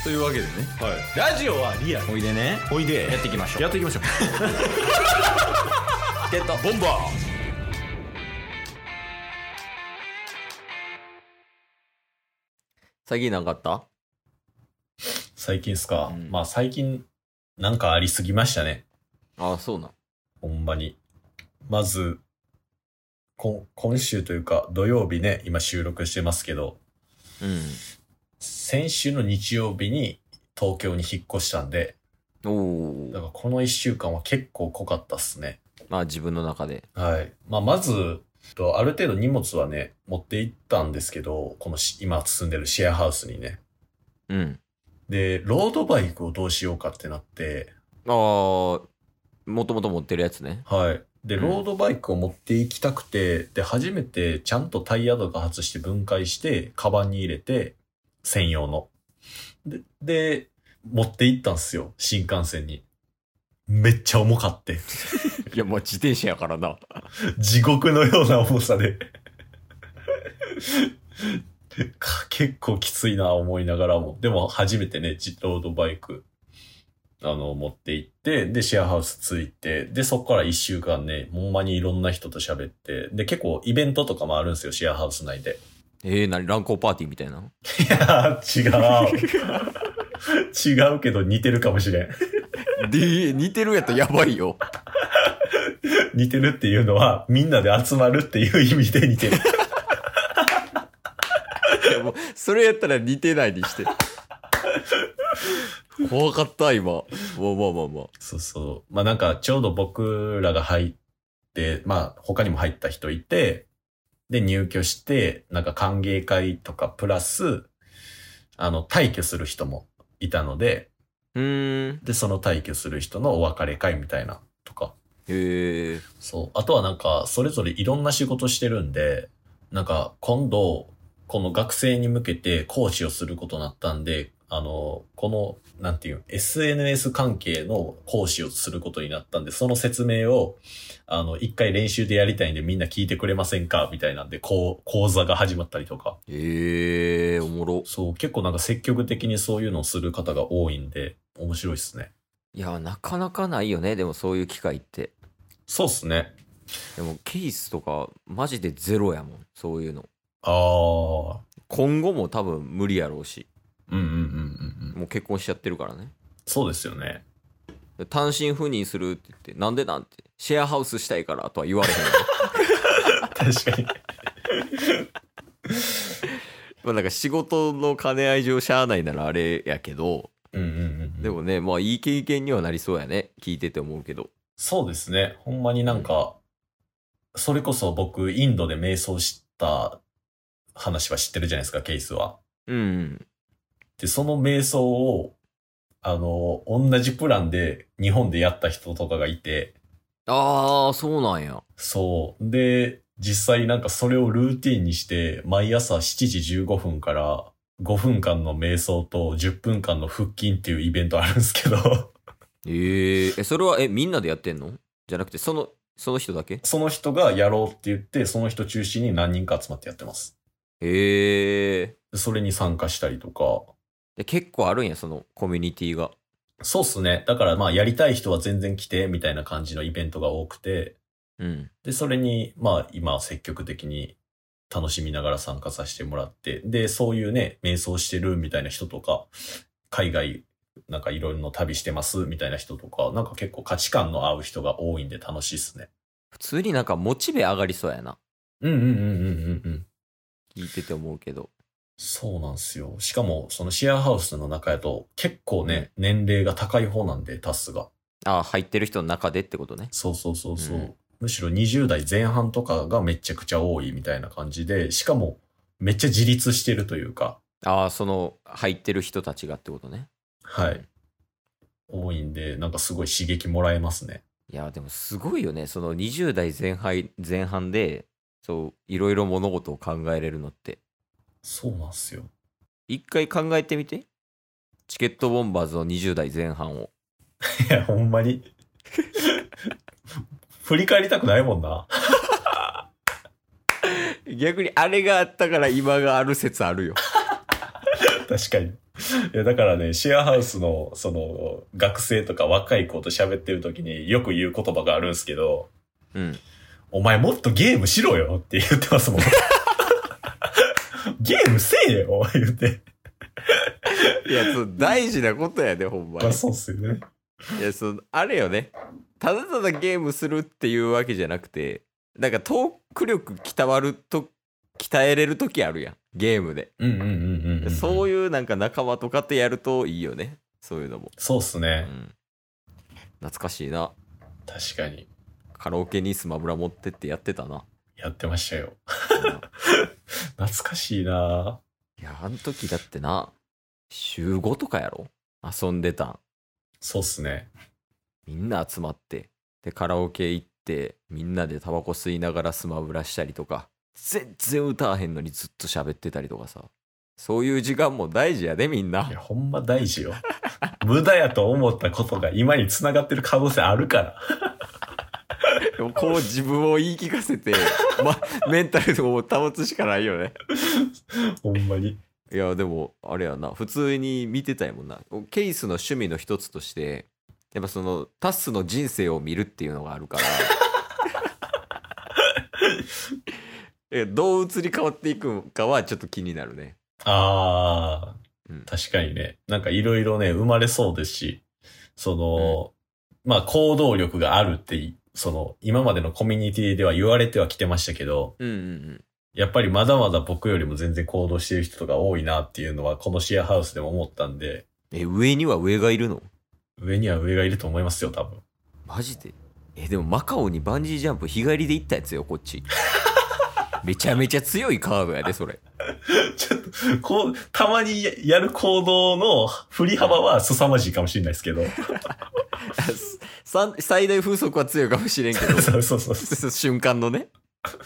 というわけでね、 はい、ラジオはリアル。 おいでね、 おいでやっていきましょう。 やっていきましょうゲットボンバー。 最近なんかあった？ 最近っすか、 うんまあ最近なんかありすぎましたね。 ああ、そうなん。 ほんまに。まず今週というか土曜日ね、今収録してますけど、先週の日曜日に東京に引っ越したんで、 うん。おお。 だからこの1週間は結構濃かったっすね。 まあ自分の中で。 はい。まずある程度荷物はね持って行ったんですけど、この今住んでるシェアハウスにね。 うん。 でロードバイクをどうしようかってなって、 ああ、もともと持ってるやつね。 はい。で、 うんロードバイクを持って行きたくて、で、初めてちゃんとタイヤとか外して分解して、カバンに入れて、専用の。で、持って行ったんすよ、新幹線に。めっちゃ重かって。 いや、もう自転車やからな。 地獄のような重さで。結構きついな思いながらも。でも初めてね、ロードバイク、持って行って、で、シェアハウス着いて、で、そっから1週間ね、ほんまにいろんな人と喋って、で、結構イベントとかもあるんですよ、シェアハウス内で。 何乱交パーティーみたいな？ いやー、違う。違うけど似てるかもしれん。 で、似てるやったらやばいよ。 似てるっていうのは、みんなで集まるっていう意味で似てる。 いやもうそれやったら似てないにして。怖かった今。まあ。 そうそう。まあなんかちょうど僕らが入って、まあ他にも入った人いて、で入居して、なんか歓迎会とかプラス、退去する人もいたので、で、その退去する人のお別れ会みたいなとか。 へえ。 そう。あとはなんか、それぞれいろんな仕事してるんで、なんか今度、この学生に向けて講師をすることになったんで、この、なんていう、SNS 関係の講師をすることになったんで、その説明を、一回練習でやりたいんでみんな聞いてくれませんかみたいなんで、講座が始まったりとか。 へえ、おもろ。 そう、結構なんか積極的にそういうのをする方が多いんで、面白いっすね。 いや、なかなかないよね、でもそういう機会って。 そうっすね。 でもケースとか、マジでゼロやもん、そういうの。 ああ。 今後も多分無理やろうし。 うん。 もう結婚しちゃってるからね。 そうですよね。 単身赴任するって言って、なんでなんて、シェアハウスしたいからとは言われへん。 確かに。 まあなんか仕事の兼ね合い上しゃあないならあれやけど、でもね、まあいい経験にはなりそうやね。聞いてて思うけど。 そうですね。ほんまになんか、それこそ僕、インドで瞑想した話は知ってるじゃないですか、ケースは。で、その瞑想を、同じプランで日本でやった人とかがいて。 ああ、そうなんや。 そう。で、実際なんかそれをルーティンにして、毎朝7時15分から5分間の瞑想と10分間の腹筋っていうイベントあるんですけど。 それは、みんなでやってんの？じゃなくて、その人だけ？ その人がやろうって言って、その人中心に何人か集まってやってます。それに参加したりとか。 で結構あるんや、そのコミュニティが。 そうっすね。だからまあやりたい人は全然来て、みたいな感じのイベントが多くて。で、それに、まあ今積極的に楽しみながら参加させてもらって、で、そういうね、瞑想してるみたいな人とか、海外、なんかいろいろの旅してますみたいな人とか、なんか結構価値観の合う人が多いんで楽しいっすね。 普通になんかモチベ上がりそうやな。 聞いてて思うけど。 そうなんですよ。しかも、そのシェアハウスの中やと、結構ね、年齢が高い方なんで、タスが。 ああ、入ってる人の中でってことね。 そう。むしろ20代前半とかがめちゃくちゃ多いみたいな感じで、しかも、めっちゃ自立してるというか。 ああ、その、入ってる人たちがってことね。 はい。多いんで、なんかすごい刺激もらえますね。 いや、でもすごいよね。その20代前半で、そう、いろいろ物事を考えれるのって。 そうなんすよ。 一回考えてみて。チケットボンバーズの20代前半を。 いや、ほんまに。振り返りたくないもんな。 逆にあれがあったから今がある説あるよ。 確かに。 いや、だからね、シェアハウスの、その、学生とか若い子と喋ってる時によく言う言葉があるんですけど、 うん。 お前もっとゲームしろよって言ってますもん。ゲームせえよ言って。 いや、大事なことやで、ほんまに。 まあ、そうっすよね。 いや、あれよね。ただただゲームするっていうわけじゃなくて、なんかトーク力鍛えれる時あるやん。ゲームで。そういうなんか仲間とかってやるといいよね。そういうのも。 そうっすね。 懐かしいな。 確かに。 カラオケにスマブラ持ってってやってたな。 やってましたよ。懐かしいな。 いや、あの時だってな、週5とかやろ遊んでたん。 そうっすね。 みんな集まって、で、カラオケ行って、みんなでタバコ吸いながらスマブラしたりとか、全然歌わへんのにずっと喋ってたりとかさ。そういう時間も大事やで、みんな。 いや、ほんま大事よ。無駄やと思ったことが今に繋がってる可能性あるから。 でもこう自分を言い聞かせて、メンタルを保つしかないよね。 ほんまに。 いや、でも、あれやな、普通に見てたやもんな。ケイスの趣味の一つとして、やっぱその、タスの人生を見るっていうのがあるから、どう移り変わっていくかはちょっと気になるね。 ああ、確かにね。なんかいろいろね、生まれそうですし、その、まあ行動力があるってその、今までのコミュニティでは言われてはきてましたけど、やっぱりまだまだ僕よりも全然行動してる人が多いなっていうのは、このシェアハウスでも思ったんで。 上には上がいるの？ 上には上がいると思いますよ、多分。 マジで？でもマカオにバンジージャンプ日帰りで行ったやつよ、こっち。めちゃめちゃ強いカードやで、それ。 ちょっと、たまにやる行動の振り幅は凄まじいかもしれないですけど。 最大風速は強いかもしれんけど。そう瞬間のね。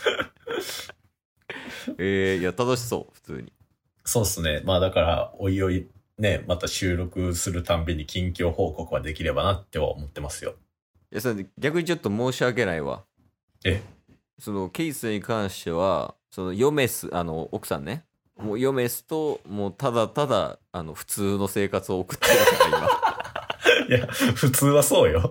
いや、楽しそう、普通に。 そうっすね。まあだから、おいおい、ね、また収録するたんびに近況報告はできればなっては思ってますよ。 いや、それ逆にちょっと申し訳ないわ。そのケースに関しては、その奥さんね。もう嫁すと、もうただただ、普通の生活を送ってるから今。いや、普通はそうよ。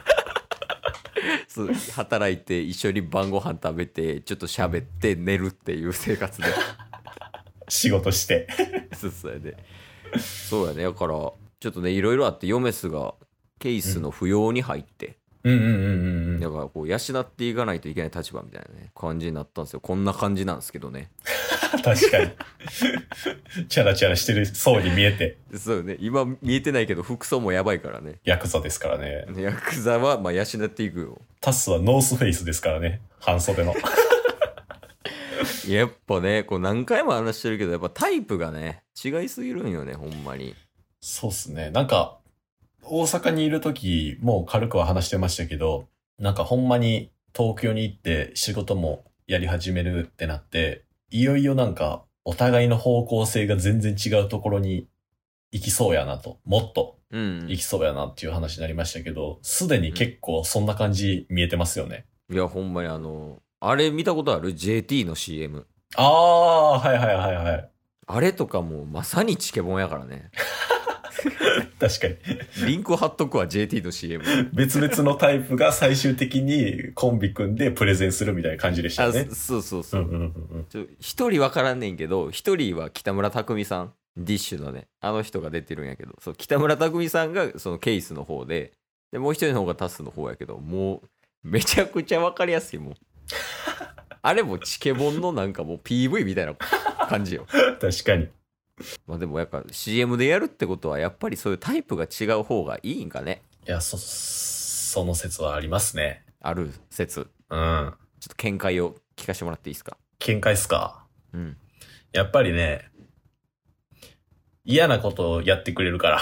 そう、働いて一緒に晩ご飯食べて、ちょっと喋って寝るっていう生活で。 仕事して。 そうやね。そうやね。だから、ちょっとね、いろいろあって、ヨメスがケースの扶養に入って、だからこう養っていかないといけない立場みたいなね感じになったんですよ。こんな感じなんですけどね。 確かに。チャラチャラしてるそうに見えて。 そうね。今見えてないけど服装もやばいからね。 ヤクザですからね。 ヤクザはまあ養っていくよ。 タスはノースフェイスですからね。半袖の。 やっぱね、こう何回も話してるけど、やっぱタイプがね、違いすぎるんよね、ほんまに。 そうっすね。なんか、大阪にいるとき、もう軽くは話してましたけど、なんかほんまに東京に行って仕事もやり始めるってなって、いよいよなんかお互いの方向性が全然違うところに行きそうやなと、もっと行きそうやなっていう話になりましたけど、すでに結構そんな感じ見えてますよね。 いや、ほんまにあれ見たことある？ JT の CM。 ああ、はいはいはいはい。 あれとかもまさにチケボンやからね。 確かに。 リンク貼っとくわ、JT の CM。 別々のタイプが最終的にコンビ組んでプレゼンするみたいな感じでしたね。 そう。一人わからんねんけど、一人は北村匠海さん。ディッシュのね、あの人が出てるんやけど、そう、北村匠海さんがそのケースの方で、もう一人の方がタスの方やけど、もう、めちゃくちゃわかりやすいもん。あれもチケボンのなんかもう PV みたいな感じよ。 確かに。 まあでもやっぱ CM でやるってことはやっぱりそういうタイプが違う方がいいんかね。 いや、その説はありますね。 ある説。 うん。 ちょっと見解を聞かせてもらっていいですか？ 見解っすか？ うん。 やっぱりね、嫌なことをやってくれるから。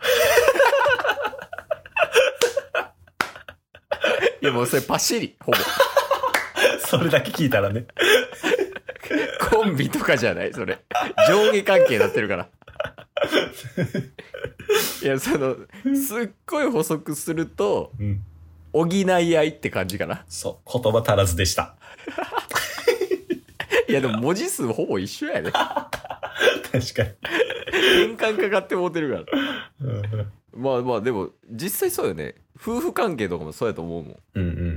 いやもうそれパシリ、ほぼ。 それだけ聞いたらね。 コンビとかじゃないそれ。上下関係になってるから。いや、すっごい補足すると、補い合いって感じかな。 そう、言葉足らずでした。 いや、でも文字数ほぼ一緒やね。 確かに。 変換かかってもうてるからまあまあでも実際そうよね。夫婦関係とかもそうやと思うもん。 うんうんうんうん。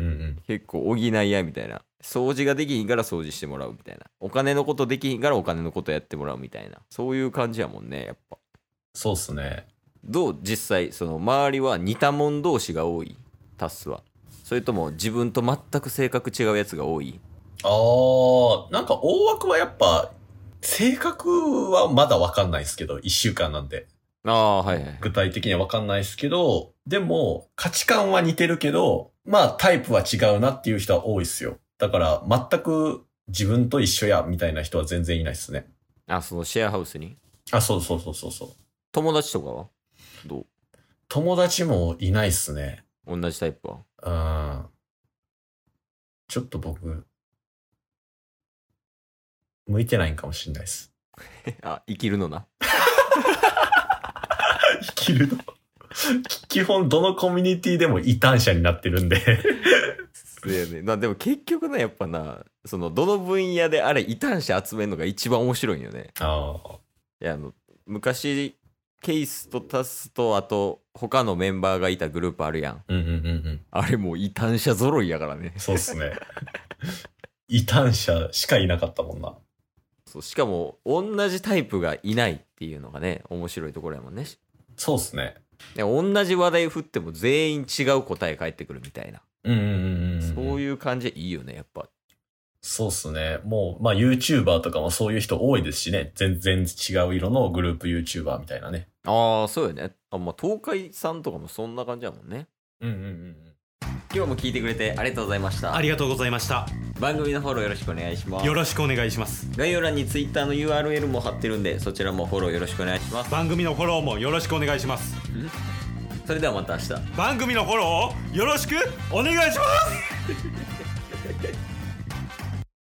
結構補い合いみたいな。掃除ができひんから掃除してもらうみたいな。お金のことできひんからお金のことやってもらうみたいな。そういう感じやもんね、やっぱ。 そうっすね。 どう実際、その周りは似た者同士が多いタスは。それとも自分と全く性格違うやつが多い？ なんか大枠はやっぱ、性格はまだわかんないですけど、一週間なんで。 ああ、はいはい。 具体的にはわかんないですけど、でも価値観は似てるけど、まあタイプは違うなっていう人は多いですよ。だから全く自分と一緒やみたいな人は全然いないですね。 あ、そのシェアハウスに？ あ、そうそうそうそうそう。 友達とかはどう？ 友達もいないっすね。 同じタイプは？ ちょっと僕、向いてないんかもしんないです。 あ、生きるのな。 生きるの基本どのコミュニティでも異端者になってるんでそうやね。でも結局ね、やっぱな、そのどの分野であれ異端者集めるのが一番面白いんよね。いや昔ケイスとタスとあと他のメンバーがいたグループあるやん。あれもう異端者揃いやからね。 そうっすね。異端者しかいなかったもんな。 そう、しかも同じタイプがいないっていうのがね、面白いところやもんね。 そうっすね。 同じ話題振っても全員違う答え返ってくるみたいな。そういう感じでいいよね、やっぱ。 そうっすね。もう、まあ YouTuber とかもそういう人多いですしね。全然違う色のグループ YouTuber みたいなね。 ああ、そうよね。まあ東海さんとかもそんな感じやもんね。今日も聞いてくれてありがとうございました。 ありがとうございました。 番組のフォローよろしくお願いします。 よろしくお願いします。 概要欄に Twitter の URL も貼ってるんで、そちらもフォローよろしくお願いします。 番組のフォローもよろしくお願いします。 それではまた明日。 番組のフォローをよろしくお願いします